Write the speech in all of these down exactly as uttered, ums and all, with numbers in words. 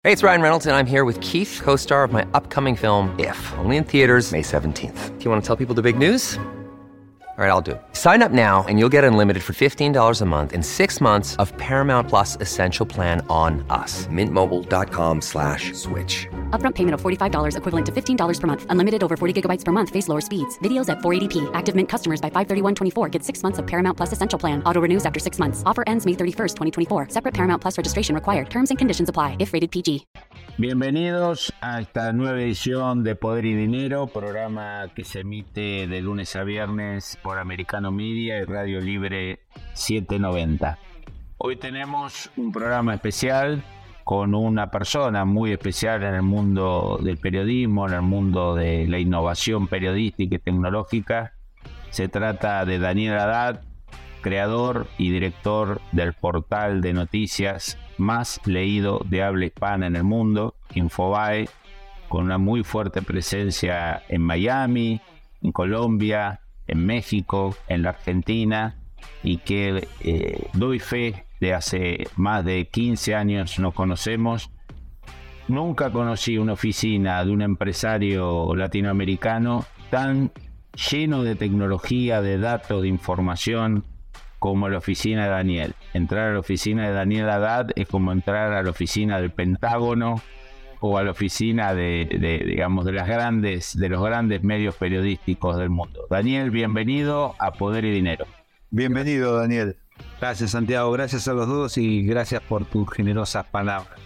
Hey, it's Ryan Reynolds, and I'm here with Keith, co-star of my upcoming film, If, only in theaters May seventeenth. Do you want to tell people the big news? All right, I'll do it. Sign up now and you'll get unlimited for fifteen dollars a month and six months of Paramount Plus Essential Plan on us. Mint Mobile dot com slash switch. Upfront payment of forty-five dollars equivalent to fifteen dollars per month. Unlimited over forty gigabytes per month. Face lower speeds. Videos at four eighty p. Active Mint customers by five thirty-one twenty-four get six months of Paramount Plus Essential Plan. Auto renews after six months. Offer ends May thirty-first, twenty twenty-four. Separate Paramount Plus registration required. Terms and conditions apply if rated P G. Bienvenidos a esta nueva edición de Poder y Dinero, programa que se emite de lunes a viernes por Americano Media y Radio Libre setecientos noventa. Hoy tenemos un programa especial con una persona muy especial en el mundo del periodismo, en el mundo de la innovación periodística y tecnológica. Se trata de Daniel Haddad, creador y director del portal de noticias más leído de habla hispana en el mundo, Infobae, con una muy fuerte presencia en Miami, en Colombia, en México, en la Argentina, y que eh, doy fe de hace más de quince años nos conocemos. Nunca conocí una oficina de un empresario latinoamericano tan lleno de tecnología, de datos, de información, como la oficina de Daniel. Entrar a la oficina de Daniel Haddad es como entrar a la oficina del Pentágono o a la oficina de, de, digamos, de las grandes, de los grandes medios periodísticos del mundo. Daniel, bienvenido a Poder y Dinero. Bienvenido, Daniel. Gracias, Santiago. Gracias a los dos y gracias por tus generosas palabras.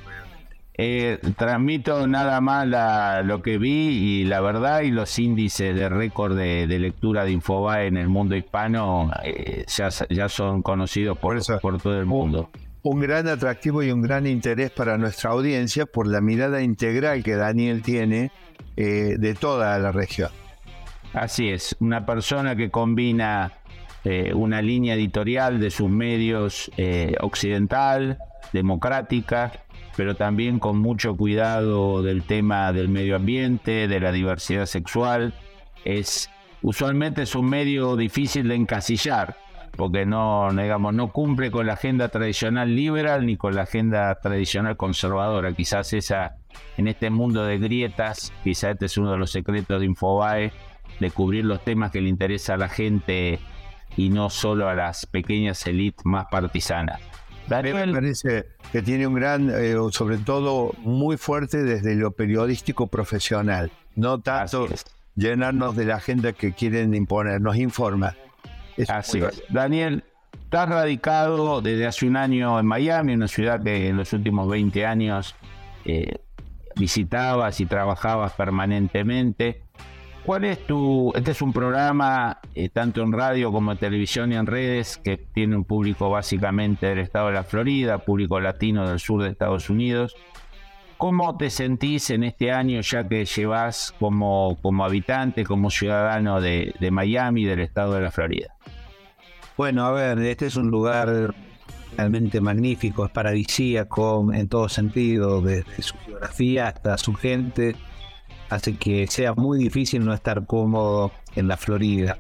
Eh, transmito nada más la, lo que vi y la verdad, y los índices de récord de, de lectura de Infobae en el mundo hispano eh, ya, ya son conocidos por, por, por todo el mundo. Un, un gran atractivo y un gran interés para nuestra audiencia por la mirada integral que Daniel tiene eh, de toda la región. Así es, una persona que combina eh, una línea editorial de sus medios eh, occidental, democrática, pero también con mucho cuidado del tema del medio ambiente, de la diversidad sexual. Es, usualmente es un medio difícil de encasillar, porque no, digamos, no cumple con la agenda tradicional liberal ni con la agenda tradicional conservadora. Quizás esa, en este mundo de grietas, quizás este es uno de los secretos de Infobae, de cubrir los temas que le interesa a la gente y no solo a las pequeñas élites más partisanas. Daniel, me parece que tiene un gran, eh, sobre todo muy fuerte desde lo periodístico profesional, no tanto llenarnos de la agenda que quieren imponer, nos informa. Es Así es. Daniel, estás radicado desde hace un año en Miami, una ciudad que en los últimos veinte años eh, visitabas y trabajabas permanentemente. ¿Cuál es tu...? Este es un programa, eh, tanto en radio como en televisión y en redes, que tiene un público básicamente del estado de la Florida, público latino del sur de Estados Unidos. ¿Cómo te sentís en este año, ya que llevas como, como habitante, como ciudadano de, de Miami, del estado de la Florida? Bueno, a ver, este es un lugar realmente magnífico, es paradisíaco en todo sentido, desde su geografía hasta su gente. Hace que sea muy difícil no estar cómodo en la Florida.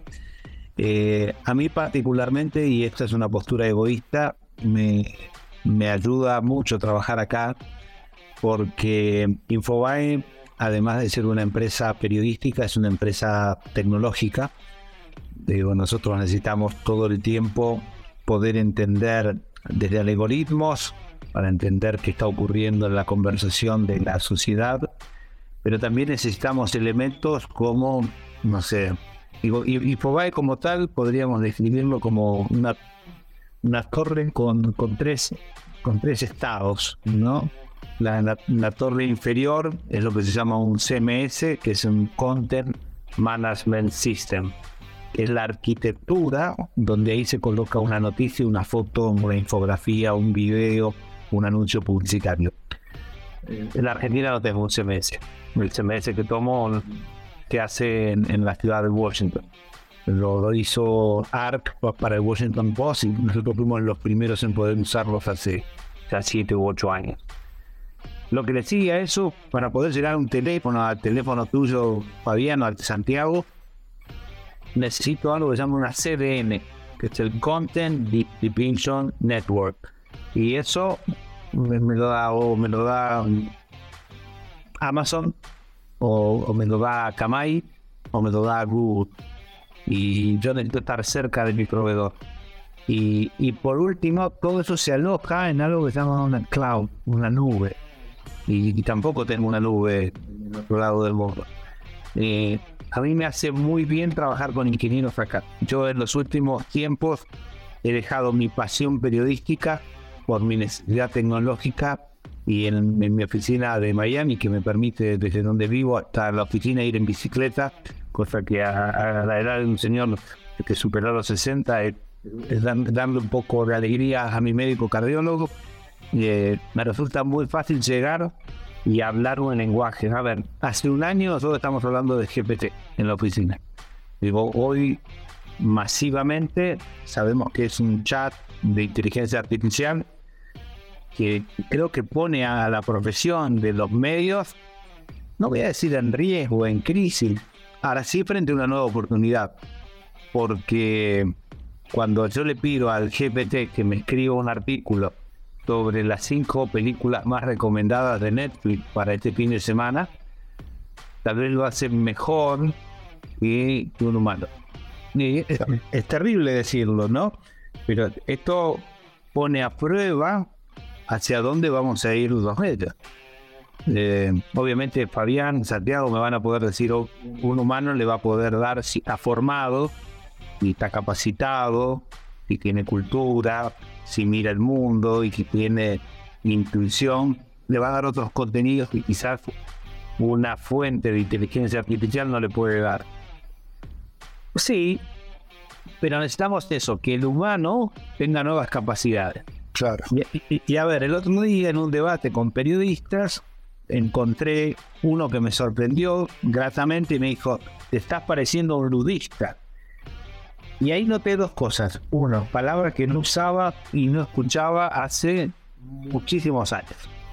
Eh, a mí particularmente, y esta es una postura egoísta, me, me ayuda mucho trabajar acá, porque Infobae, además de ser una empresa periodística, es una empresa tecnológica. Digo, nosotros necesitamos todo el tiempo poder entender desde algoritmos, para entender qué está ocurriendo en la conversación de la sociedad, pero también necesitamos elementos como, no sé, digo, Infobae como tal podríamos describirlo como una, una torre con, con, tres, con tres estados, ¿no? La, la, la torre inferior es lo que se llama un C M S, que es un Content Management System, que es la arquitectura donde ahí se coloca una noticia, una foto, una infografía, un video, un anuncio publicitario. En la Argentina no tenemos un C M S. El C M S que tomo se hace en, en la ciudad de Washington. Lo, lo hizo A R C para el Washington Post y nosotros fuimos los primeros en poder usarlos hace ya siete u ocho años. Lo que le sigue a eso, para poder llegar a un teléfono, al teléfono tuyo, Fabiano, al de Santiago, necesito algo que se llama una C D N, que es el Content Distribution Network. Y eso me, me lo da, o me lo da Amazon, o, o me lo da Kamai, o me lo da Google. Y yo necesito estar cerca de mi proveedor. Y, y por último, todo eso se aloja en algo que se llama una cloud, una nube. Y, y tampoco tengo una nube en el otro lado del mundo. Eh, a mí me hace muy bien trabajar con ingenieros acá. Yo en los últimos tiempos he dejado mi pasión periodística por mi necesidad tecnológica y en, en mi oficina de Miami, que me permite desde donde vivo hasta la oficina ir en bicicleta, cosa que a, a la edad de un señor que superó los sesenta es, es darle un poco de alegría a mi médico cardiólogo. Eh, me resulta muy fácil llegar y hablar un lenguaje. A ver, hace un año nosotros estamos hablando de G P T en la oficina. Digo, hoy masivamente sabemos que es un chat de inteligencia artificial que creo que pone a la profesión de los medios, no voy a decir en riesgo, en crisis, ahora sí frente a una nueva oportunidad, porque cuando yo le pido al G P T que me escriba un artículo sobre las cinco películas más recomendadas de Netflix para este fin de semana, tal vez lo hace mejor que un humano. Y es, es terrible decirlo, ¿no? Pero esto pone a prueba hacia dónde vamos a ir los medios. Eh, obviamente Fabián, Santiago me van a poder decir, oh, un humano le va a poder dar si está formado, si está capacitado, si tiene cultura, si mira el mundo y si tiene intuición, le va a dar otros contenidos que quizás una fuente de inteligencia artificial no le puede dar. Sí, pero necesitamos eso, que el humano tenga nuevas capacidades. Claro. Y, y, y a ver, el otro día en un debate con periodistas encontré uno que me sorprendió gratamente y me dijo, te estás pareciendo un ludista. Y ahí noté dos cosas. Uno, palabras que no usaba y no escuchaba hace muchísimos años.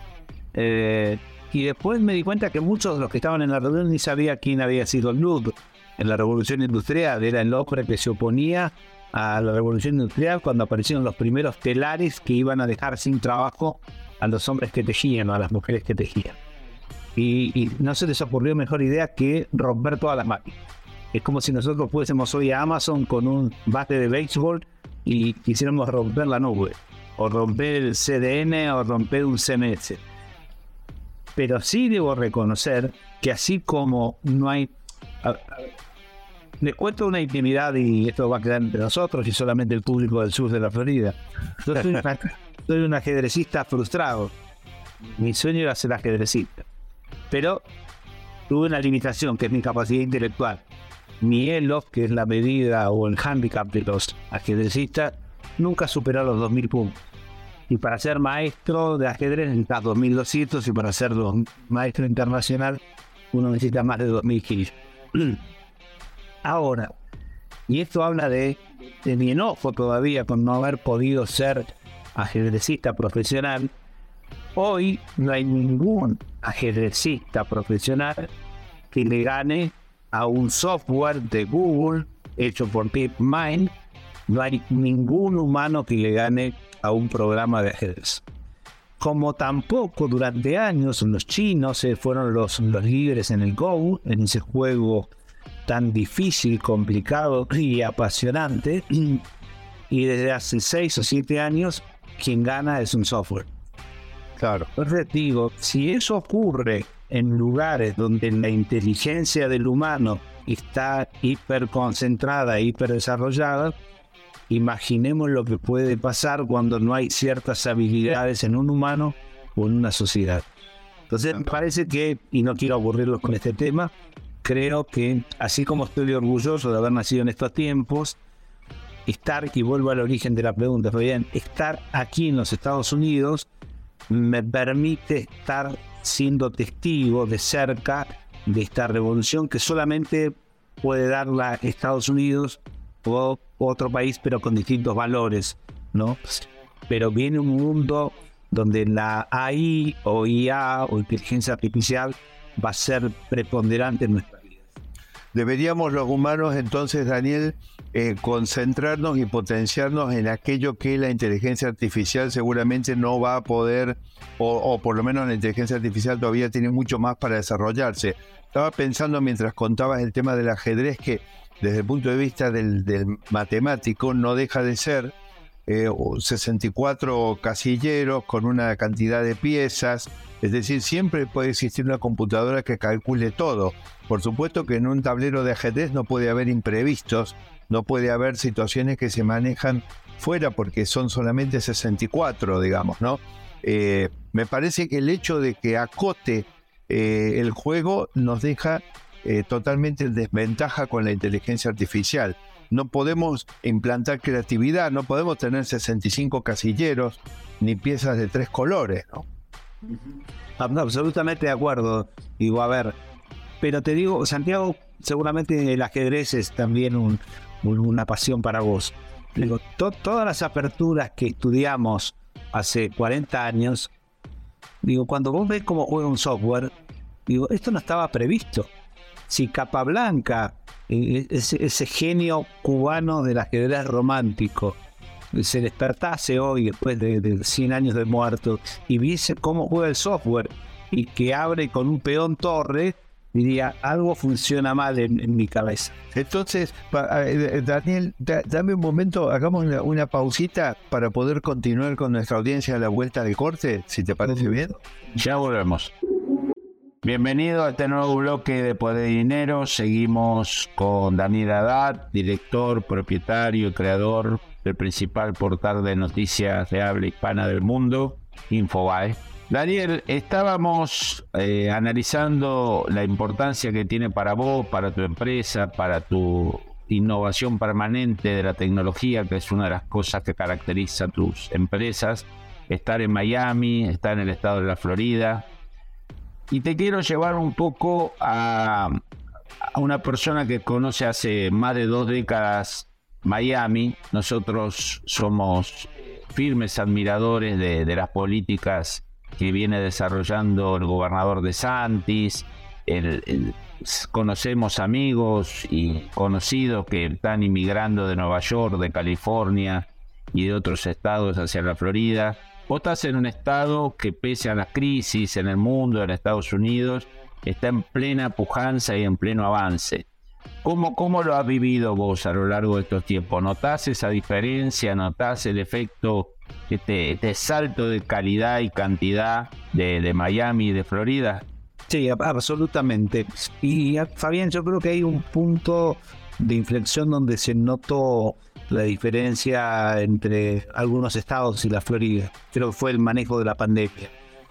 Eh, y después me di cuenta que muchos de los que estaban en la reunión ni sabía quién había sido Lud. En la Revolución Industrial era el hombre que se oponía a la Revolución Industrial cuando aparecieron los primeros telares que iban a dejar sin trabajo a los hombres que tejían o a las mujeres que tejían. Y, y no se les ocurrió mejor idea que romper todas las máquinas. Es como si nosotros fuésemos hoy a Amazon con un bate de béisbol y quisiéramos romper la nube, o romper el C D N, o romper un C M S. Pero sí debo reconocer que así como no hay... A, a, les cuento una intimidad y esto va a quedar entre nosotros y solamente el público del sur de la Florida. Yo soy, una, soy un ajedrecista frustrado. Mi sueño era ser ajedrecista. Pero tuve una limitación, que es mi capacidad intelectual. Mi E L O, que es la medida o el handicap de los ajedrecistas, nunca superó los dos mil puntos. Y para ser maestro de ajedrez necesitas dos mil doscientos y para ser maestro internacional uno necesita más de dos mil quinientos. Ahora, y esto habla de, de mi enojo todavía con no haber podido ser ajedrecista profesional. Hoy no hay ningún ajedrecista profesional que le gane a un software de Google hecho por DeepMind. No hay ningún humano que le gane a un programa de ajedrez. Como tampoco durante años los chinos eh, fueron los, los líderes en el Go, en ese juego tan difícil, complicado y apasionante. Y desde hace seis o siete años quien gana es un software. Claro. Entonces digo, si eso ocurre en lugares donde la inteligencia del humano está hiperconcentrada, hiperdesarrollada, imaginemos lo que puede pasar cuando no hay ciertas habilidades en un humano o en una sociedad. Entonces me parece que, y no quiero aburrirlos con este tema, creo que así como estoy orgulloso de haber nacido en estos tiempos, estar, y vuelvo al origen de la pregunta, Fabián, estar aquí en los Estados Unidos me permite estar siendo testigo de cerca de esta revolución que solamente puede darla Estados Unidos o otro país, pero con distintos valores, ¿no? Pero viene un mundo donde la A I o I A o inteligencia artificial va a ser preponderante en nuestras vidas. Deberíamos los humanos entonces, Daniel, eh, concentrarnos y potenciarnos en aquello que la inteligencia artificial seguramente no va a poder, o, o por lo menos la inteligencia artificial todavía tiene mucho más para desarrollarse. Estaba pensando mientras contabas el tema del ajedrez que desde el punto de vista del, del matemático no deja de ser eh, sesenta y cuatro casilleros con una cantidad de piezas, es decir, siempre puede existir una computadora que calcule todo. Por supuesto que en un tablero de ajedrez no puede haber imprevistos, no puede haber situaciones que se manejan fuera porque son solamente sesenta y cuatro, digamos, ¿no? Eh, me parece que el hecho de que acote eh, el juego nos deja eh, totalmente en desventaja con la inteligencia artificial. No podemos implantar creatividad, no podemos tener sesenta y cinco casilleros ni piezas de tres colores, ¿no? Absolutamente de acuerdo. Digo, a ver, pero te digo, Santiago, seguramente el ajedrez es también un, un, una pasión para vos. Digo, to, todas las aperturas que estudiamos hace cuarenta años, digo, cuando vos ves cómo juega un software, digo, esto no estaba previsto. Si Capablanca, ese, ese genio cubano del ajedrez romántico, se despertase hoy después de, de cien años de muerto y viese cómo juega el software y que abre con un peón torre, diría, algo funciona mal en, en mi cabeza. Entonces, Daniel, da, dame un momento, hagamos una, una pausita para poder continuar con nuestra audiencia a la vuelta del corte, si te parece bien. Ya volvemos. Bienvenido a este nuevo bloque de Poder y Dinero. Seguimos con Daniel Haddad, director, propietario y creador del principal portal de noticias de habla hispana del mundo, Infobae. Daniel, estábamos eh, analizando la importancia que tiene para vos, para tu empresa, para tu innovación permanente de la tecnología, que es una de las cosas que caracteriza a tus empresas, estar en Miami, estar en el estado de la Florida. Y te quiero llevar un poco a, a una persona que conoce hace más de dos décadas Miami. Nosotros somos firmes admiradores de, de las políticas que viene desarrollando el gobernador DeSantis. El, el, conocemos amigos y conocidos que están inmigrando de Nueva York, de California y de otros estados hacia la Florida. Vos estás en un estado que, pese a las crisis en el mundo, en Estados Unidos, está en plena pujanza y en pleno avance. ¿Cómo, cómo lo has vivido vos a lo largo de estos tiempos? ¿Notás esa diferencia? ¿Notás el efecto, este, este salto de calidad y cantidad de, de Miami y de Florida? Sí, absolutamente. Y Fabián, yo creo que hay un punto de inflexión donde se notó la diferencia entre algunos estados y la Florida. Creo que fue el manejo de la pandemia.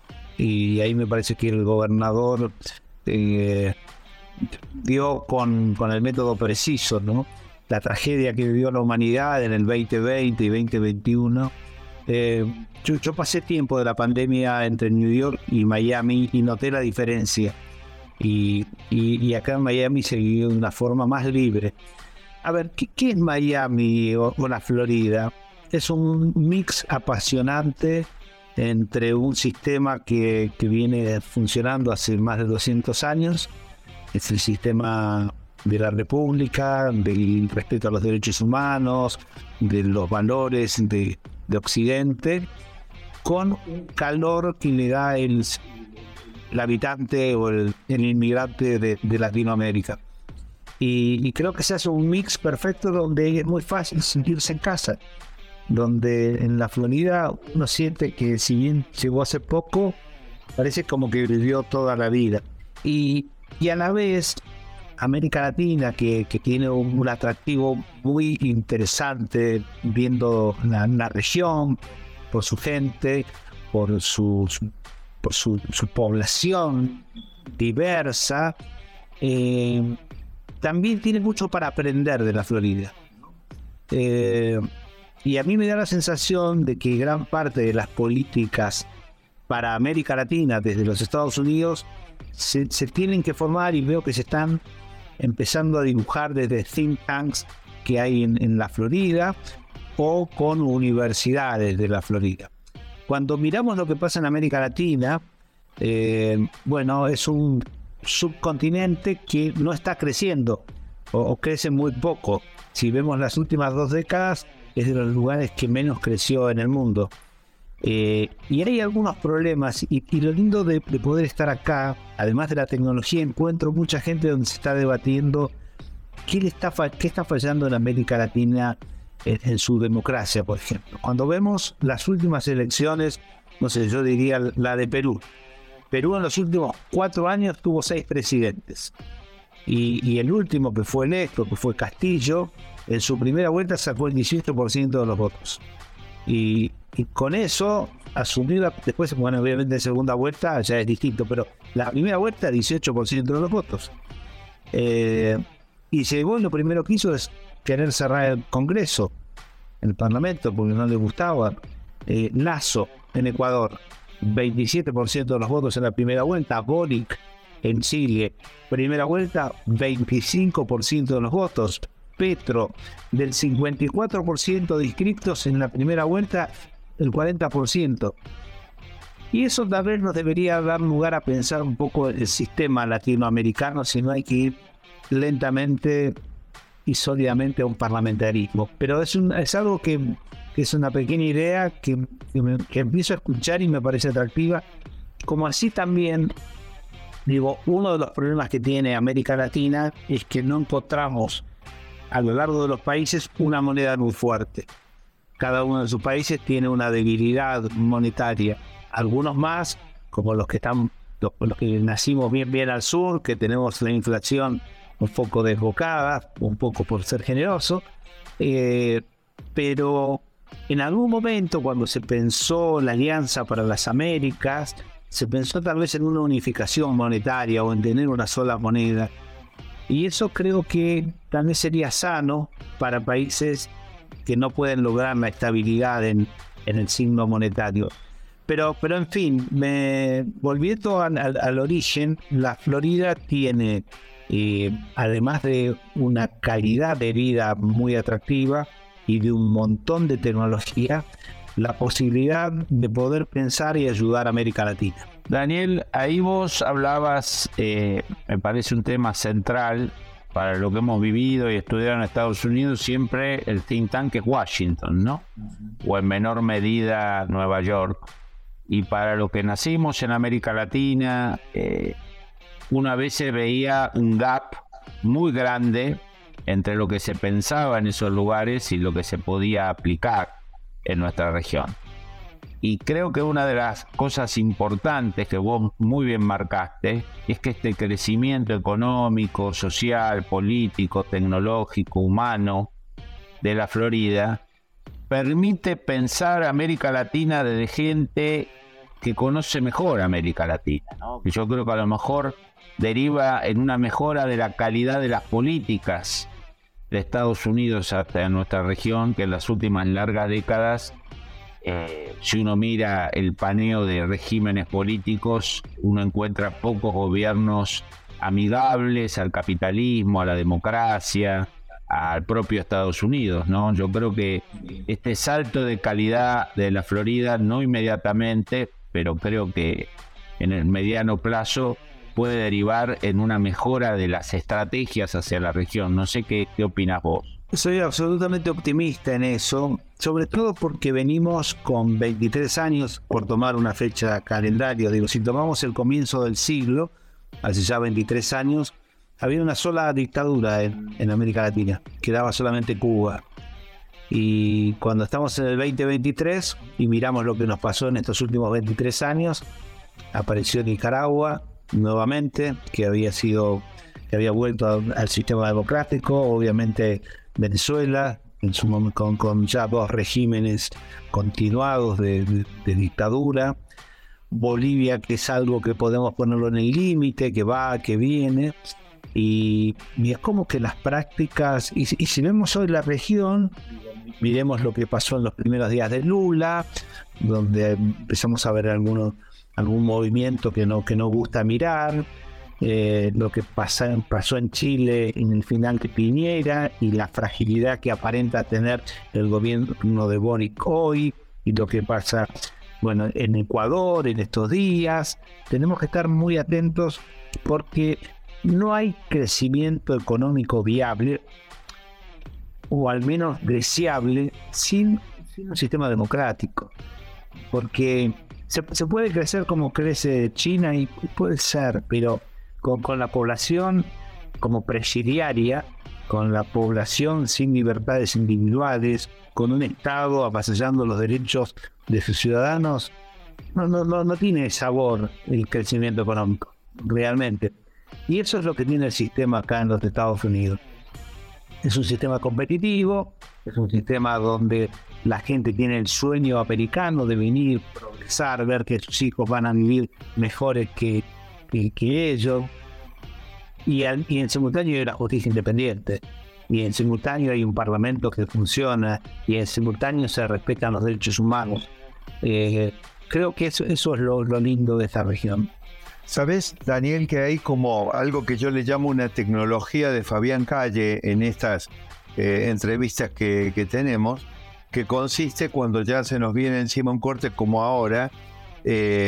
Y ahí me parece que el gobernador eh, dio con, con el método preciso, ¿no? La tragedia que vivió la humanidad en el veinte veinte y veinte veintiuno. Eh, yo, yo pasé tiempo de la pandemia entre New York y Miami y noté la diferencia. Y, y, y acá en Miami se vivió de una forma más libre. A ver, ¿qué, qué es Miami o, o la Florida? Es un mix apasionante entre un sistema que, que viene funcionando hace más de doscientos años. Es el sistema de la República, del respeto a los derechos humanos, de los valores de, de Occidente, con un calor que le da el, el habitante o el, el inmigrante de, de Latinoamérica. Y, y creo que se hace un mix perfecto donde es muy fácil sentirse en casa, donde en la Florida uno siente que si bien llegó hace poco, parece como que vivió toda la vida. Y, y a la vez, América Latina, que, que tiene un, un atractivo muy interesante, viendo la, la región, por su gente, por su, su, por su, su población diversa, eh, también tiene mucho para aprender de la Florida. Eh, y a mí me da la sensación de que gran parte de las políticas para América Latina desde los Estados Unidos se, se tienen que formar, y veo que se están empezando a dibujar desde think tanks que hay en, en la Florida o con universidades de la Florida. Cuando miramos lo que pasa en América Latina, eh, bueno, es un subcontinente que no está creciendo o, o crece muy poco. Si vemos las últimas dos décadas, es de los lugares que menos creció en el mundo. Eh, y hay algunos problemas, y, y lo lindo de, de poder estar acá, además de la tecnología, encuentro mucha gente donde se está debatiendo qué, le está, qué está fallando en América Latina en, en su democracia, por ejemplo. Cuando vemos las últimas elecciones, no sé, yo diría la de Perú. Perú en los últimos cuatro años tuvo seis presidentes. Y, y el último que fue electo, que fue Castillo, en su primera vuelta sacó el dieciocho por ciento de los votos. Y, y con eso asumió, después, bueno, obviamente en segunda vuelta ya es distinto, pero la primera vuelta dieciocho por ciento de los votos. Eh, y llegó y lo primero que hizo es querer cerrar el Congreso, el Parlamento, porque no le gustaba. Eh, Lasso en Ecuador, veintisiete por ciento de los votos en la primera vuelta. Boric en Chile, primera vuelta, veinticinco por ciento de los votos. Petro, del cincuenta y cuatro por ciento de inscriptos en la primera vuelta, el cuarenta por ciento. Y eso tal vez nos debería dar lugar a pensar un poco el sistema latinoamericano, si no hay que ir lentamente y sólidamente a un parlamentarismo. Pero es, un, es algo que, que es una pequeña idea que, que, me, que empiezo a escuchar y me parece atractiva. Como así también, digo, uno de los problemas que tiene América Latina es que no encontramos a lo largo de los países una moneda muy fuerte. Cada uno de sus países tiene una debilidad monetaria. Algunos más, como los que están, los, los que nacimos bien bien al sur, que tenemos la inflación un poco desbocada, un poco por ser generoso, eh, pero en algún momento cuando se pensó la Alianza para las Américas, se pensó tal vez en una unificación monetaria o en tener una sola moneda. Y eso creo que también sería sano para países que no pueden lograr la estabilidad en, en el signo monetario. Pero, pero en fin, me, volviendo al, al, al origen, la Florida tiene, eh, además de una calidad de vida muy atractiva y de un montón de tecnología, la posibilidad de poder pensar y ayudar a América Latina. Daniel, ahí vos hablabas, eh, me parece un tema central para lo que hemos vivido y estudiado en Estados Unidos. Siempre el think tank es Washington, ¿no? O en menor medida Nueva York. Y para los que nacimos en América Latina, eh, una vez se veía un gap muy grande entre lo que se pensaba en esos lugares y lo que se podía aplicar en nuestra región. Y creo que una de las cosas importantes que vos muy bien marcaste es que este crecimiento económico, social, político, tecnológico, humano de la Florida permite pensar América Latina desde gente que conoce mejor América Latina, ¿no? Que yo creo que a lo mejor deriva en una mejora de la calidad de las políticas de Estados Unidos hasta nuestra región, que en las últimas largas décadas, eh, si uno mira el paneo de regímenes políticos, uno encuentra pocos gobiernos amigables al capitalismo, a la democracia, al propio Estados Unidos, ¿no? Yo creo que este salto de calidad de la Florida, no inmediatamente, pero creo que en el mediano plazo puede derivar en una mejora de las estrategias hacia la región. No sé qué, qué opinas vos. Soy absolutamente optimista en eso, sobre todo porque venimos con veintitrés años, por tomar una fecha calendario. Digo, si tomamos el comienzo del siglo, hace ya veintitrés años, había una sola dictadura en, en América Latina, quedaba solamente Cuba. Y cuando estamos en el veinte veintitrés y miramos lo que nos pasó en estos últimos veintitrés años, apareció Nicaragua nuevamente, que había sido, que había vuelto a, al sistema democrático, obviamente Venezuela, en su momento con, con ya dos regímenes continuados de, de, de dictadura, Bolivia, que es algo que podemos ponerlo en el límite, que va, que viene. Y, y es como que las prácticas, y, y si vemos hoy la región, miremos lo que pasó en los primeros días de Lula, donde empezamos a ver algunos, algún movimiento que no, que no gusta mirar, eh, lo que pasa, pasó en Chile en el final de Piñera y la fragilidad que aparenta tener el gobierno de Boric hoy, y lo que pasa bueno, en Ecuador, en estos días. Tenemos que estar muy atentos porque no hay crecimiento económico viable, o al menos deseable, sin, sin un sistema democrático. Porque se, se puede crecer como crece China, y puede ser, pero con, con la población como presidiaria, con la población sin libertades individuales, con un Estado avasallando los derechos de sus ciudadanos, no, no, no, no tiene sabor el crecimiento económico, realmente. Y eso es lo que tiene el sistema acá en los Estados Unidos. Es un sistema competitivo, es un sistema donde la gente tiene el sueño americano de venir, progresar, ver que sus hijos van a vivir mejores que, que, que ellos. Y, al, y en simultáneo hay la justicia independiente, y en simultáneo hay un parlamento que funciona, y en simultáneo se respetan los derechos humanos. Eh, creo que eso, eso es lo, lo lindo de esta región. ¿Sabes, Daniel, que hay como algo que yo le llamo una tecnología de Fabián Calle en estas eh, entrevistas que, que tenemos, que consiste, cuando ya se nos viene encima un corte como ahora, eh,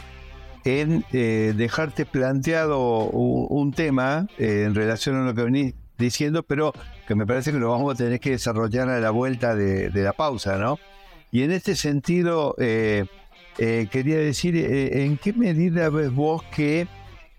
en eh, dejarte planteado un, un tema eh, en relación a lo que venís diciendo, pero que me parece que lo vamos a tener que desarrollar a la vuelta de, de la pausa, ¿no? Y en este sentido, eh, eh, quería decir, eh, ¿en qué medida ves vos que,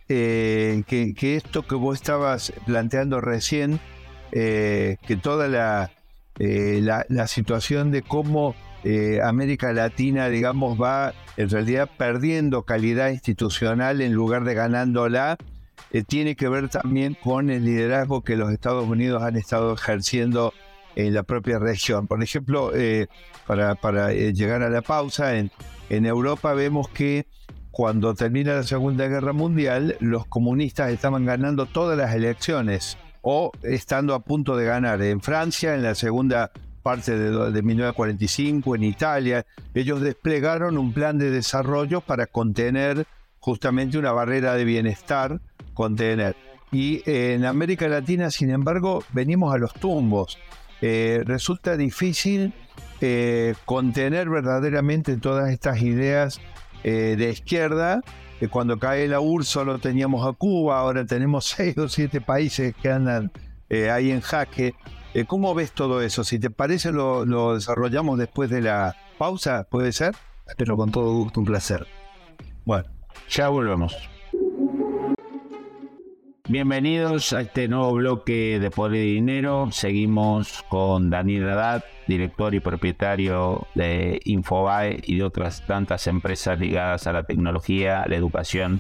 eh, que, que esto que vos estabas planteando recién, eh, que toda la, eh, la, la situación de cómo Eh, América Latina, digamos, va en realidad perdiendo calidad institucional en lugar de ganándola, eh, tiene que ver también con el liderazgo que los Estados Unidos han estado ejerciendo en la propia región? Por ejemplo, eh, para, para eh, llegar a la pausa, en, en Europa vemos que cuando termina la Segunda Guerra Mundial, los comunistas estaban ganando todas las elecciones, o estando a punto de ganar. En Francia, en la segunda parte de, de mil novecientos cuarenta y cinco, en Italia, ellos desplegaron un plan de desarrollo para contener justamente una barrera de bienestar, contener. Y eh, en América Latina, sin embargo, venimos a los tumbos. Eh, resulta difícil eh, contener verdaderamente todas estas ideas eh, de izquierda. Que cuando cae la U R S S solo teníamos a Cuba, ahora tenemos seis o siete países que andan eh, ahí en jaque. Eh, ¿Cómo ves todo eso? Si te parece, lo, lo desarrollamos después de la pausa, ¿puede ser? Pero con todo gusto, un placer. Bueno, ya volvemos. Bienvenidos a este nuevo bloque de Poder y Dinero. Seguimos con Daniel Haddad, director y propietario de Infobae y de otras tantas empresas ligadas a la tecnología, a la educación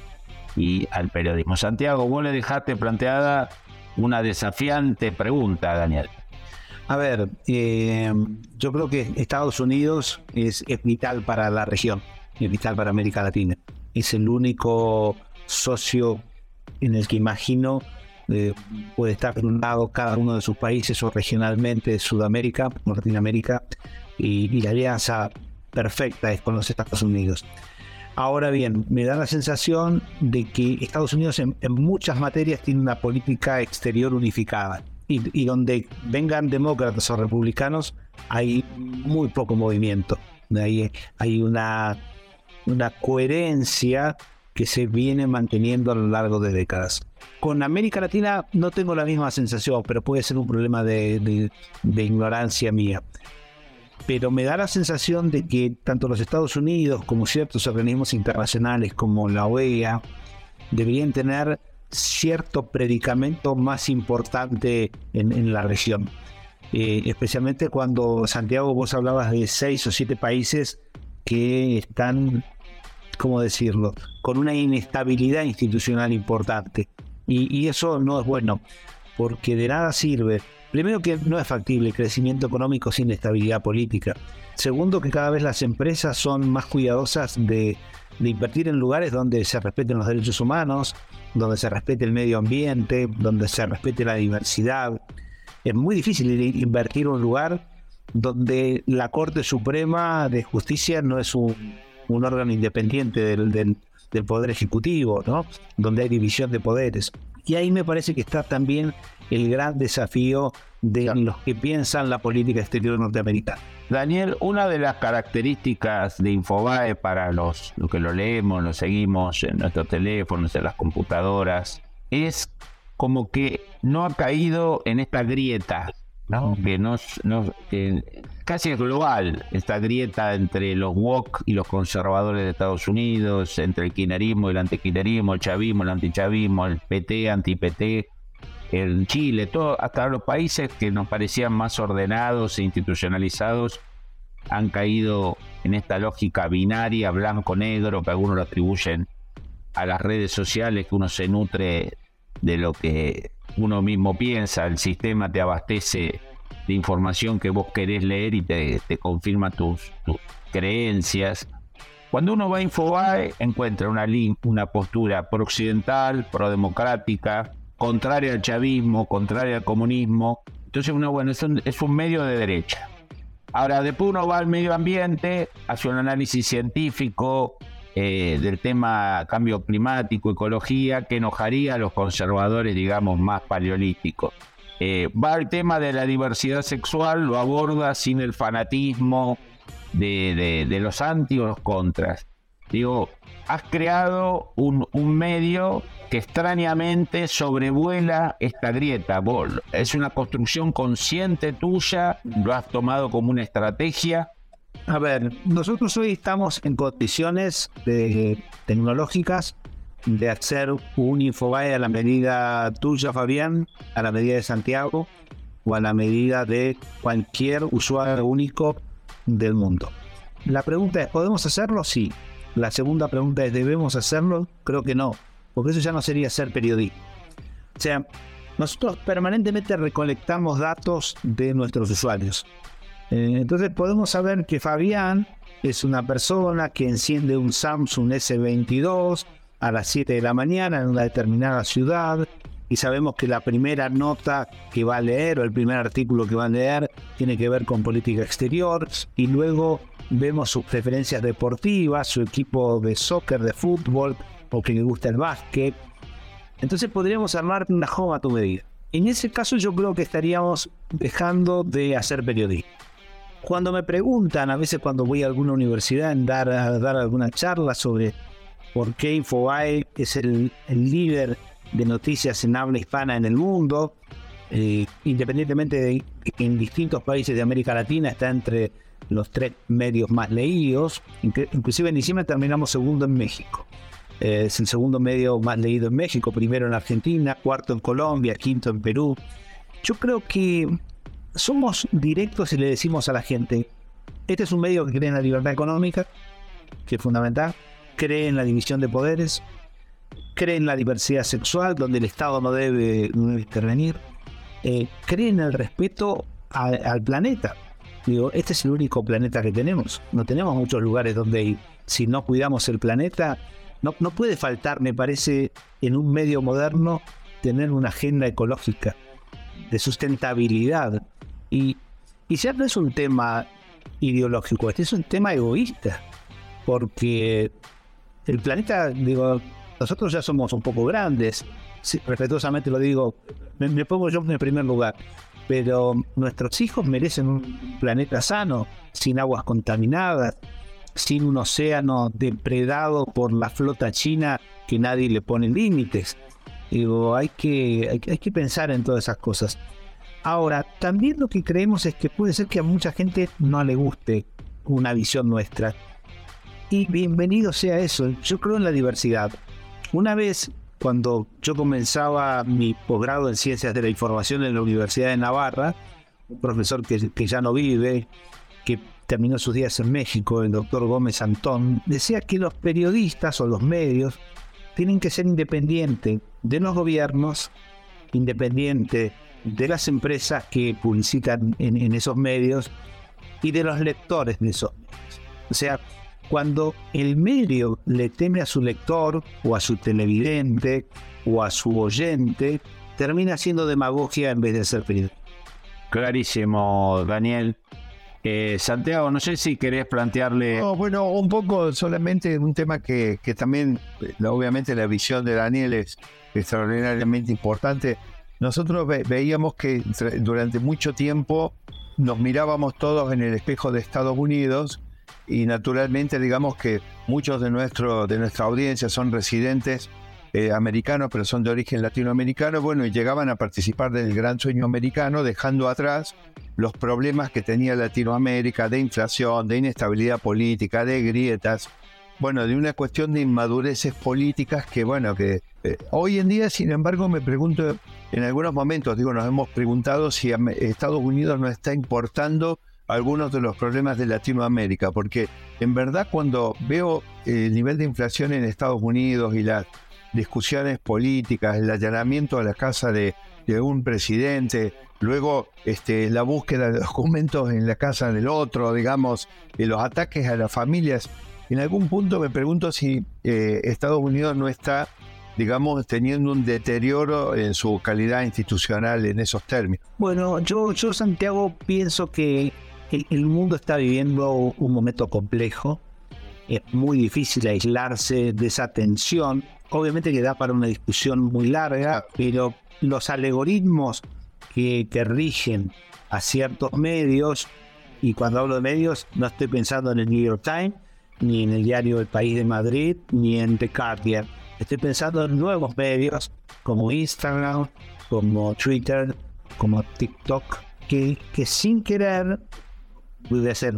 y al periodismo. Santiago, vos le dejaste planteada una desafiante pregunta, Daniel. A ver, eh, yo creo que Estados Unidos es, es vital para la región, es vital para América Latina. Es el único socio en el que imagino eh, puede estar fundado cada uno de sus países, o regionalmente Sudamérica, Latinoamérica, y, y la alianza perfecta es con los Estados Unidos. Ahora bien, me da la sensación de que Estados Unidos en, en muchas materias tiene una política exterior unificada, y, y donde vengan demócratas o republicanos hay muy poco movimiento. Hay, hay una, una coherencia que se viene manteniendo a lo largo de décadas. Con América Latina no tengo la misma sensación, pero puede ser un problema de, de, de ignorancia mía. Pero me da la sensación de que tanto los Estados Unidos como ciertos organismos internacionales como la O E A deberían tener cierto predicamento más importante en, en la región. Eh, especialmente cuando, Santiago, vos hablabas de seis o siete países que están, ¿cómo decirlo?, con una inestabilidad institucional importante. Y, y eso no es bueno, porque de nada sirve. Primero, que no es factible el crecimiento económico sin estabilidad política. Segundo, que cada vez las empresas son más cuidadosas de, de invertir en lugares donde se respeten los derechos humanos, donde se respete el medio ambiente, donde se respete la diversidad. Es muy difícil invertir en un lugar donde la Corte Suprema de Justicia no es un, un órgano independiente del, del, del Poder Ejecutivo, ¿no? Donde hay división de poderes. Y ahí me parece que está también el gran desafío de los que piensan la política exterior norteamericana. Daniel, una de las características de Infobae para los, los que lo leemos, lo seguimos en nuestros teléfonos, en las computadoras, es como que no ha caído en esta grieta, ¿no? Que nos, nos que casi es global, esta grieta entre los woke y los conservadores de Estados Unidos, entre el kirchnerismo y el antikirchnerismo, el chavismo, el antichavismo, el P T, anti-P T, el Chile, todo, hasta los países que nos parecían más ordenados e institucionalizados han caído en esta lógica binaria, blanco-negro, que algunos lo atribuyen a las redes sociales, que uno se nutre de lo que uno mismo piensa, el sistema te abastece de información que vos querés leer y te, te confirma tus, tus creencias. Cuando uno va a Infobae, encuentra una, una postura pro-occidental, pro-democrática, contraria al chavismo, contraria al comunismo. Entonces uno, bueno, es un, es un medio de derecha. Ahora, después uno va al medio ambiente, hace un análisis científico eh, del tema cambio climático, ecología, que enojaría a los conservadores, digamos, más paleolíticos. Eh, va al tema de la diversidad sexual, lo aborda sin el fanatismo de, de, de los anti o los contras. Digo, has creado un, un medio que extrañamente sobrevuela esta grieta. Vos, es una construcción consciente tuya, lo has tomado como una estrategia. A ver, nosotros hoy estamos en condiciones de, tecnológicas de hacer un Infobae a la medida tuya, Fabián, a la medida de Santiago o a la medida de cualquier usuario único del mundo. La pregunta es, ¿podemos hacerlo? Sí. La segunda pregunta es, ¿debemos hacerlo? Creo que no, porque eso ya no sería ser periodismo. O sea, nosotros permanentemente recolectamos datos de nuestros usuarios. Eh, entonces podemos saber que Fabián es una persona que enciende un Samsung ese veintidós a las siete de la mañana en una determinada ciudad, y sabemos que la primera nota que va a leer o el primer artículo que va a leer tiene que ver con política exterior, y luego vemos sus preferencias deportivas, su equipo de soccer, de fútbol, o que le gusta el básquet. Entonces podríamos armar una home a tu medida. En ese caso yo creo que estaríamos dejando de hacer periodismo. Cuando me preguntan, a veces cuando voy a alguna universidad en dar, a dar alguna charla sobre por qué Infobae es el, el líder de noticias en habla hispana en el mundo, eh, independientemente de que en distintos países de América Latina está entre los tres medios más leídos, inclusive en diciembre terminamos segundo en México. Eh, es el segundo medio más leído en México, primero en Argentina, cuarto en Colombia, quinto en Perú. Yo creo que somos directos y le decimos a la gente, este es un medio que cree en la libertad económica, que es fundamental, cree en la división de poderes, cree en la diversidad sexual, donde el Estado no debe, no debe intervenir, eh, cree en el respeto a, al planeta. Digo, este es el único planeta que tenemos. No tenemos muchos lugares donde ir. Si no cuidamos el planeta, no, no puede faltar, me parece, en un medio moderno, tener una agenda ecológica de sustentabilidad. Y, y ya no es un tema ideológico, este es un tema egoísta. Porque el planeta, digo, nosotros ya somos un poco grandes, sí, respetuosamente lo digo, me, me pongo yo en el primer lugar, pero nuestros hijos merecen un planeta sano, sin aguas contaminadas, sin un océano depredado por la flota china que nadie le pone límites. Digo, hay que, hay, hay que pensar en todas esas cosas. Ahora, también lo que creemos es que puede ser que a mucha gente no le guste una visión nuestra. Y bienvenido sea eso. Yo creo en la diversidad. Una vez, cuando yo comenzaba mi posgrado en Ciencias de la Información en la Universidad de Navarra, un profesor que, que ya no vive, que terminó sus días en México, el doctor Gómez Antón, decía que los periodistas o los medios tienen que ser independientes de los gobiernos, independientes de las empresas que publicitan en, en esos medios y de los lectores de esos medios. O sea, cuando el medio le teme a su lector o a su televidente o a su oyente, termina haciendo demagogia en vez de ser periodismo. Clarísimo, Daniel. Eh, Santiago, no sé si querés plantearle... No, bueno, un poco solamente un tema que, que también, obviamente la visión de Daniel es extraordinariamente importante. nosotros ve, veíamos que durante mucho tiempo nos mirábamos todos en el espejo de Estados Unidos y naturalmente digamos que muchos de, nuestro, de nuestra audiencia son residentes eh, americanos, pero son de origen latinoamericano, bueno, y llegaban a participar del gran sueño americano, dejando atrás los problemas que tenía Latinoamérica de inflación, de inestabilidad política, de grietas, bueno, de una cuestión de inmadureces políticas que, bueno, que eh, hoy en día, sin embargo, me pregunto, en algunos momentos, digo, nos hemos preguntado si Estados Unidos no está importando algunos de los problemas de Latinoamérica, porque en verdad cuando veo el nivel de inflación en Estados Unidos y las discusiones políticas, el allanamiento a la casa de, de un presidente, luego este, la búsqueda de documentos en la casa del otro, digamos, y los ataques a las familias, en algún punto me pregunto si eh, Estados Unidos no está, digamos, teniendo un deterioro en su calidad institucional en esos términos. Bueno, yo, yo Santiago, pienso que el, el mundo está viviendo un momento complejo. Es muy difícil aislarse de esa tensión. Obviamente que da para una discusión muy larga, pero los algoritmos que, que rigen a ciertos medios, y cuando hablo de medios no estoy pensando en el New York Times, ni en el diario El País de Madrid, ni en The Guardian. Estoy pensando en nuevos medios como Instagram, como Twitter, como TikTok, que, que sin querer, puede ser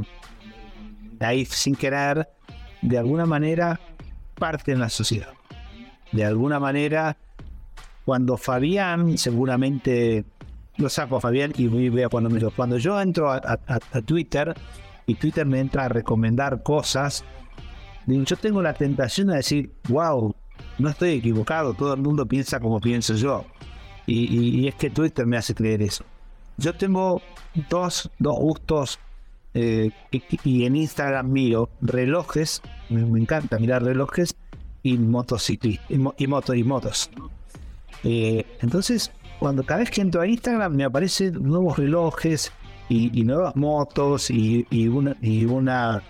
ahí sin querer, de alguna manera parten la sociedad. De alguna manera, cuando Fabián, seguramente lo saco a Fabián y voy a ponerme. Cuando yo entro a, a, a Twitter y Twitter me entra a recomendar cosas, yo tengo la tentación de decir, wow, no estoy equivocado, todo el mundo piensa como pienso yo. Y, y, y es que Twitter me hace creer eso. Yo tengo dos, dos gustos, eh, y, y en Instagram miro relojes, me, me encanta mirar relojes, y motociclistas, y, y, moto, y motos. Eh, entonces, cuando cada vez que entro a Instagram me aparecen nuevos relojes y, y nuevas motos y, y una y una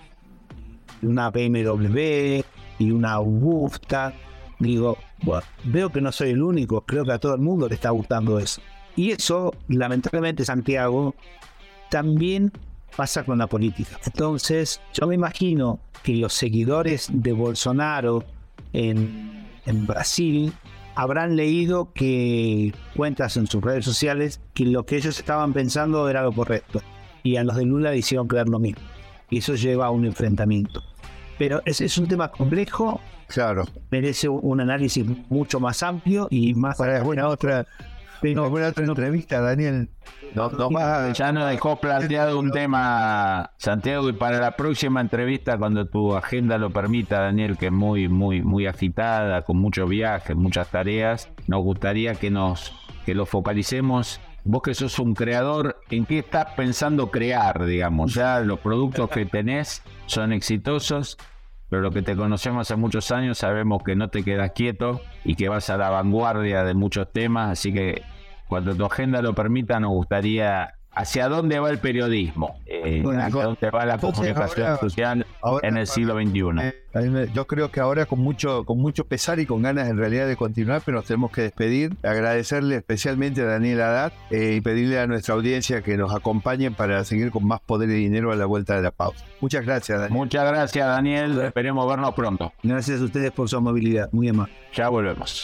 una B M W y una Augusta. Digo, bueno, veo que no soy el único, creo que a todo el mundo le está gustando eso. Y eso, lamentablemente, Santiago, también pasa con la política. Entonces, yo me imagino que los seguidores de Bolsonaro en, en Brasil habrán leído que cuentas en sus redes sociales que lo que ellos estaban pensando era lo correcto, y a los de Lula le hicieron creer lo mismo, y eso lleva a un enfrentamiento. Pero es, es un tema complejo, claro, merece un análisis mucho más amplio y más para alguna otra, pero, alguna otra entrevista, Daniel. No, no más. Ya nos dejó planteado un tema, Santiago, y para la próxima entrevista, cuando tu agenda lo permita, Daniel, que es muy, muy, muy agitada, con muchos viajes, muchas tareas, nos gustaría que nos, que lo focalicemos. Vos que sos un creador, ¿en qué estás pensando crear, digamos? Ya los productos que tenés son exitosos, pero lo que te conocemos hace muchos años sabemos que no te quedas quieto y que vas a la vanguardia de muchos temas, así que cuando tu agenda lo permita nos gustaría hacia dónde va el periodismo, eh, bueno, hacia dónde va la comunicación ahora, social ahora, en el siglo veintiuno. Eh, yo creo que ahora con mucho, con mucho pesar y con ganas en realidad de continuar, pero nos tenemos que despedir. Agradecerle especialmente a Daniel Haddad eh, y pedirle a nuestra audiencia que nos acompañen para seguir con más poder y dinero a la vuelta de la pausa. Muchas gracias, Daniel. Muchas gracias, Daniel. Esperemos vernos pronto. Gracias a ustedes por su amabilidad. Muy amable. Ya volvemos.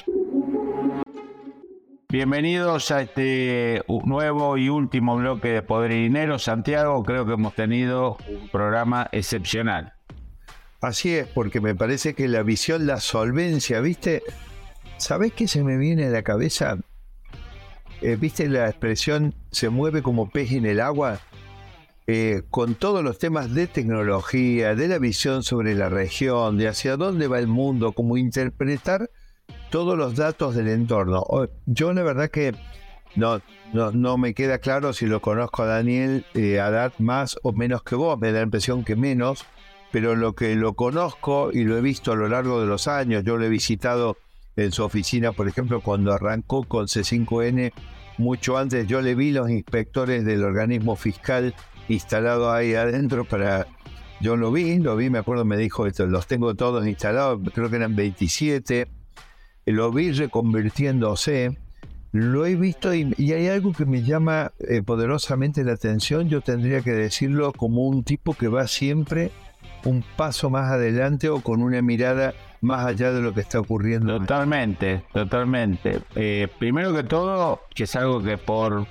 Bienvenidos a este nuevo y último bloque de Poder y Dinero. Santiago, creo que hemos tenido un programa excepcional. Así es, porque me parece que la visión, la solvencia, ¿viste? ¿Sabés qué se me viene a la cabeza? Eh, ¿Viste la expresión se mueve como pez en el agua? Eh, con todos los temas de tecnología, de la visión sobre la región, de hacia dónde va el mundo, cómo interpretar todos los datos del entorno. Yo la verdad que no, no, no me queda claro si lo conozco a Daniel eh, Haddad más o menos que vos, me da la impresión que menos, pero lo que lo conozco y lo he visto a lo largo de los años, yo lo he visitado en su oficina, por ejemplo, cuando arrancó con C cinco N, mucho antes yo le vi los inspectores del organismo fiscal instalado ahí adentro para... Yo lo vi, lo vi, me acuerdo, me dijo, esto, los tengo todos instalados, creo que eran veintisiete, lo vi reconvirtiéndose, Lo he visto y, y hay algo que me llama eh, poderosamente la atención. Yo tendría que decirlo como un tipo que va siempre un paso más adelante o con una mirada más allá de lo que está ocurriendo. Totalmente, totalmente. Eh, primero que todo, que es algo que por,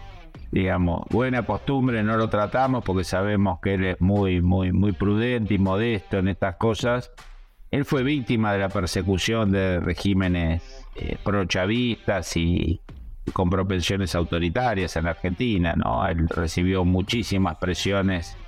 digamos, buena costumbre no lo tratamos porque sabemos que él es muy, muy, muy prudente y modesto en estas cosas. Él fue víctima de la persecución de regímenes eh, pro-chavistas y, y con propensiones autoritarias en la Argentina, ¿no? Él recibió muchísimas presiones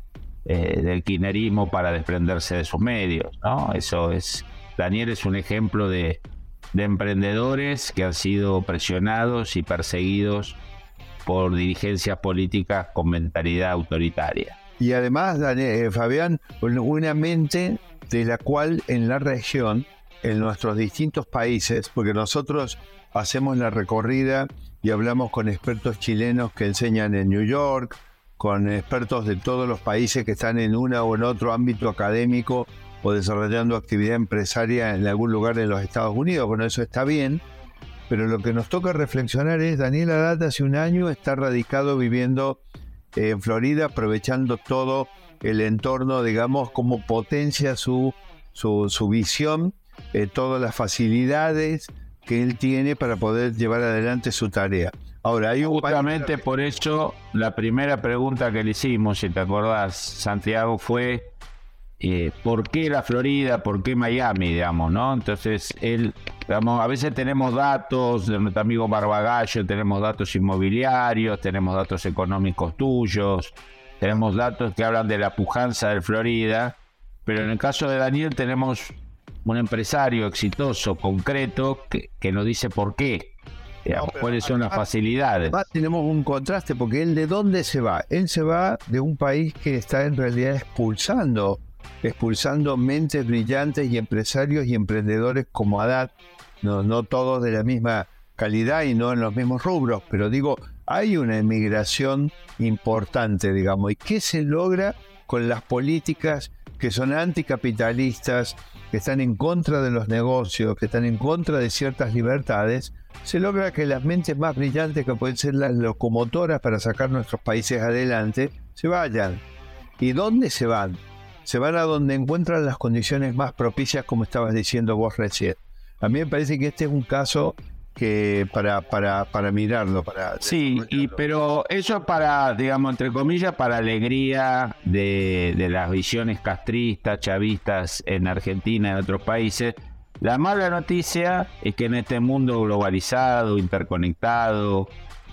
eh, del kirchnerismo para desprenderse de sus medios, ¿no? Eso es, Daniel es un ejemplo de, de emprendedores que han sido presionados y perseguidos por dirigencias políticas con mentalidad autoritaria. Y además, Daniel, eh, Fabián, una mente de la cual en la región, en nuestros distintos países, porque nosotros hacemos la recorrida y hablamos con expertos chilenos que enseñan en New York, con expertos de todos los países que están en una o en otro ámbito académico o desarrollando actividad empresaria en algún lugar en los Estados Unidos. Bueno, eso está bien, pero lo que nos toca reflexionar es, Daniel Haddad hace un año está radicado viviendo eh, en Florida, aprovechando todo el entorno, digamos, como potencia su, su, su visión, eh, todas las facilidades que él tiene para poder llevar adelante su tarea. Ahora, hay un Justamente país... por eso, la primera pregunta que le hicimos, si te acordás, Santiago, fue eh, ¿por qué la Florida? ¿Por qué Miami? Digamos, ¿no? Entonces, él, digamos, a veces tenemos datos de nuestro amigo Barbagallo, tenemos datos inmobiliarios, tenemos datos económicos tuyos, tenemos datos que hablan de la pujanza de Florida, pero en el caso de Daniel tenemos un empresario exitoso, concreto, que, que nos dice por qué, digamos, no, cuáles son las facilidades. Además tenemos un contraste, porque él ¿de dónde se va? Él se va de un país que está en realidad expulsando, expulsando mentes brillantes y empresarios y emprendedores como Haddad, no, no todos de la misma calidad y no en los mismos rubros, pero digo, hay una emigración importante, digamos, y ¿qué se logra con las políticas que son anticapitalistas, que están en contra de los negocios, que están en contra de ciertas libertades? Se logra que las mentes más brillantes, que pueden ser las locomotoras para sacar nuestros países adelante, se vayan. ¿Y dónde se van? Se van a donde encuentran las condiciones más propicias, como estabas diciendo vos recién. A mí me parece que este es un caso que para para para mirarlo, para sí, y pero eso para, digamos, entre comillas, para alegría de, de las visiones castristas, chavistas en Argentina y en otros países. La mala noticia es que en este mundo globalizado, interconectado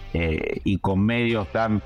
eh, y con medios tan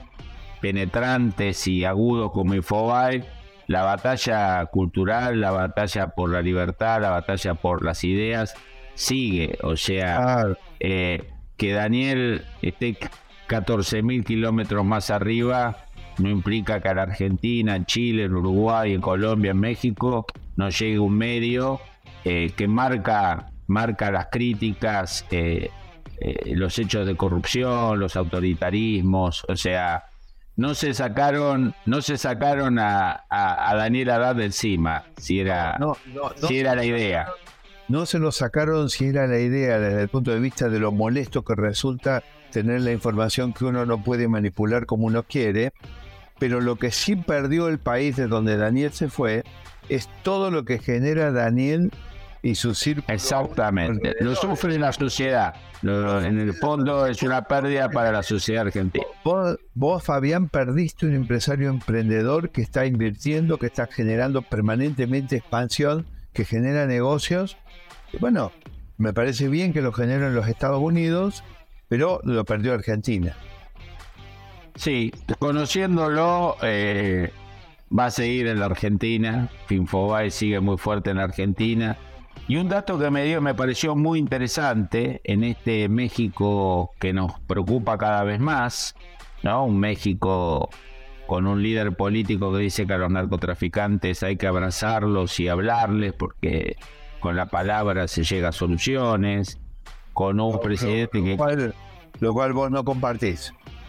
penetrantes y agudos como Infobae, la batalla cultural, la batalla por la libertad, la batalla por las ideas sigue. O sea, ah. eh, que Daniel esté catorce mil kilómetros más arriba no implica que a la Argentina, en Chile, en Uruguay, en Colombia, en México no llegue un medio eh, que marca, marca las críticas, eh, eh, los hechos de corrupción, los autoritarismos. O sea, no se sacaron, no se sacaron a, a, a Daniel Haddad de encima, si era, no, no, no, si era la idea. No se lo sacaron si era la idea, desde el punto de vista de lo molesto que resulta tener la información que uno no puede manipular como uno quiere, pero lo que sí perdió el país de donde Daniel se fue es todo lo que genera Daniel y su círculo. Exactamente, lo sufre la sociedad, lo, en el fondo es una pérdida para la sociedad argentina. Vos, vos, Fabián, perdiste un empresario emprendedor que está invirtiendo, que está generando permanentemente expansión, que genera negocios. Bueno, me parece bien que lo genera en los Estados Unidos, pero lo perdió Argentina. Sí, conociéndolo, eh, va a seguir en la Argentina. Infobae sigue muy fuerte en la Argentina. Y un dato que me dio, me pareció muy interesante en este México que nos preocupa cada vez más, ¿no? Un México con un líder político que dice que a los narcotraficantes hay que abrazarlos y hablarles porque con la palabra se llega a soluciones, con un presidente que... Lo cual, lo cual vos no compartís.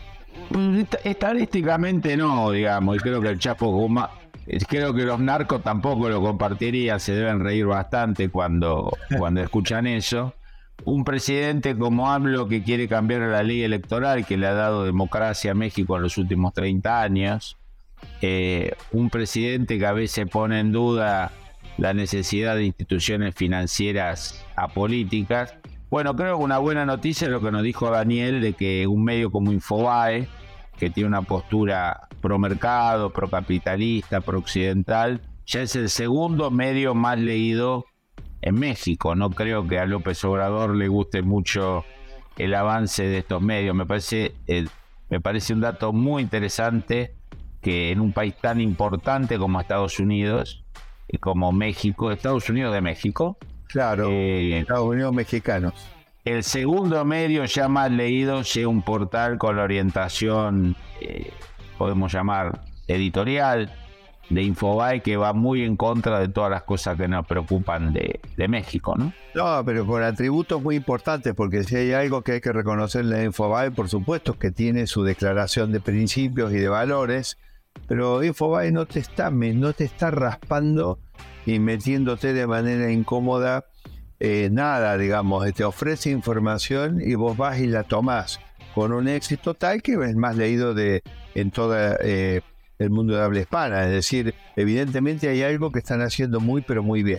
Estadísticamente no, digamos, y creo que el Chapo Guzmán, creo que los narcos tampoco lo compartirían, se deben reír bastante cuando, cuando escuchan eso, un presidente como AMLO que quiere cambiar la ley electoral que le ha dado democracia a México en los últimos treinta años, eh, un presidente que a veces pone en duda la necesidad de instituciones financieras apolíticas. Bueno, creo que una buena noticia es lo que nos dijo Daniel, de que un medio como Infobae, que tiene una postura pro mercado, pro capitalista, pro occidental, ya es el segundo medio más leído en México. No creo que a López Obrador le guste mucho el avance de estos medios. Me parece, eh, me parece un dato muy interesante que en un país tan importante como Estados Unidos, y como México, Estados Unidos de México. Claro, eh, Estados Unidos mexicanos. El segundo medio ya más leído sea un portal con la orientación, eh, podemos llamar editorial, de Infobae, que va muy en contra de todas las cosas que nos preocupan de, de México, ¿no? No, pero con atributos muy importantes, porque si hay algo que hay que reconocerle a Infobae, por supuesto que tiene su declaración de principios y de valores, pero Infobae no te está, no te está raspando y metiéndote de manera incómoda eh, nada, digamos, te ofrece información y vos vas y la tomás con un éxito tal que es más leído de en toda eh, el mundo de habla hispana. Es decir, evidentemente hay algo que están haciendo muy pero muy bien.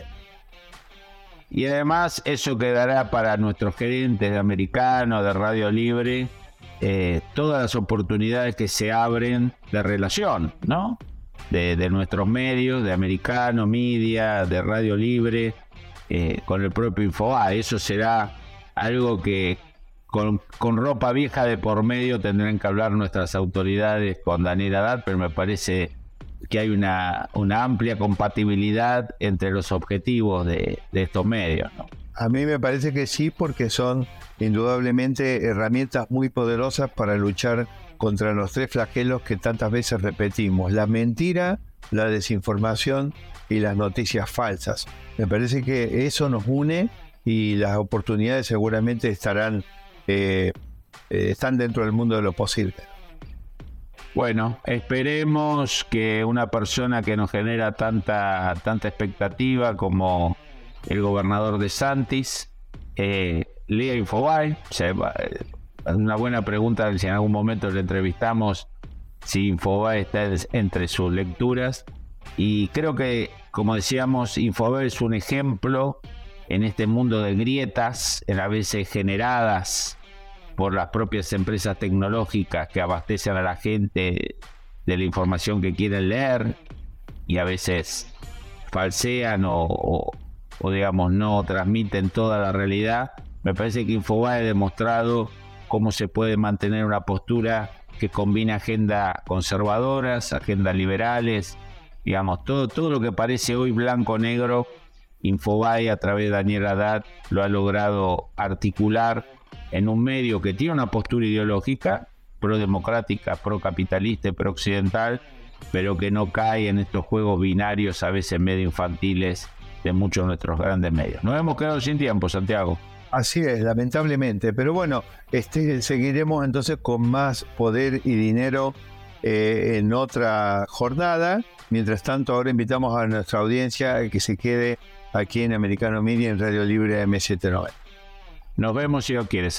Y además eso quedará para nuestros gerentes de Americano, de Radio Libre, eh, todas las oportunidades que se abren de relación, ¿no? De, de nuestros medios, de Americano, Media, de Radio Libre, eh, con el propio Infobae. Eso será algo que con, con ropa vieja de por medio tendrán que hablar nuestras autoridades con Daniel Haddad, pero me parece que hay una, una amplia compatibilidad entre los objetivos de, de estos medios, ¿no? A mí me parece que sí, porque son indudablemente herramientas muy poderosas para luchar contra los tres flagelos que tantas veces repetimos: la mentira, la desinformación y las noticias falsas. Me parece que eso nos une y las oportunidades seguramente estarán eh, eh, están dentro del mundo de lo posible. Bueno, esperemos que una persona que nos genera tanta, tanta expectativa como el gobernador DeSantis eh, lea Infobae. O sea, una buena pregunta, si en algún momento le entrevistamos, si Infobae está entre sus lecturas. Y creo que, como decíamos, Infobae es un ejemplo en este mundo de grietas, a veces generadas por las propias empresas tecnológicas que abastecen a la gente de la información que quieren leer y a veces falsean o, o, o digamos no transmiten toda la realidad. Me parece que Infobae ha demostrado cómo se puede mantener una postura que combina agenda conservadoras, agendas liberales, digamos, todo, todo lo que parece hoy blanco-negro, Infobae a través de Daniel Haddad lo ha logrado articular en un medio que tiene una postura ideológica, pro-democrática, pro-capitalista, pro-occidental, pero que no cae en estos juegos binarios a veces medio infantiles de muchos de nuestros grandes medios. Nos hemos quedado sin tiempo, Santiago. Así es, lamentablemente, pero bueno, este, seguiremos entonces con más poder y dinero eh, en otra jornada. Mientras tanto, ahora invitamos a nuestra audiencia a que se quede aquí en Americano Media en Radio Libre M setecientos noventa. Nos vemos si Dios quiere.